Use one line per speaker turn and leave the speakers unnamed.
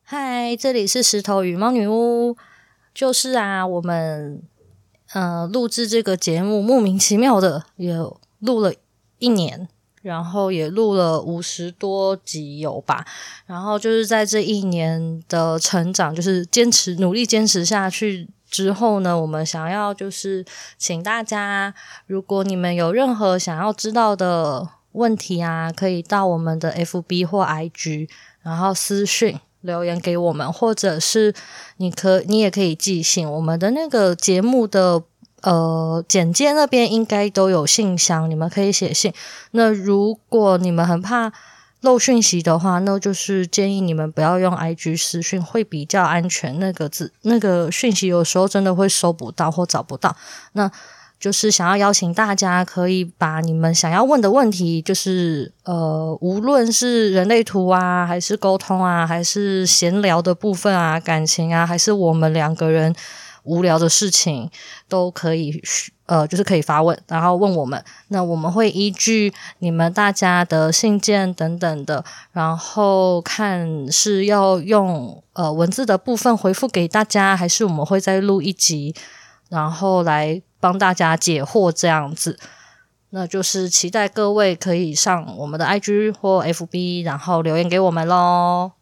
嗨，这里是石头与猫女巫。就是我们录制这个节目莫名其妙的也录了1年，然后也录了50多集有吧。然后就是在这1年的成长，就是努力坚持下去之后呢，我们想要就是请大家，如果你们有任何想要知道的问题可以到我们的 FB 或 IG 然后私讯留言给我们，或者是你也可以寄信，我们的那个节目的简介那边应该都有信箱，你们可以写信。那如果你们很怕漏讯息的话，那就是建议你们不要用 IG 私讯，会比较安全。那个讯息有时候真的会收不到或找不到。那就是想要邀请大家可以把你们想要问的问题，就是无论是人类图还是沟通还是闲聊的部分感情还是我们2个人无聊的事情，都可以就是可以发问，然后问我们。那我们会依据你们大家的信件等等的，然后看是要用文字的部分回复给大家，还是我们会再录1集，然后来帮大家解惑这样子。那就是期待各位可以上我们的 IG 或 FB 然后留言给我们咯。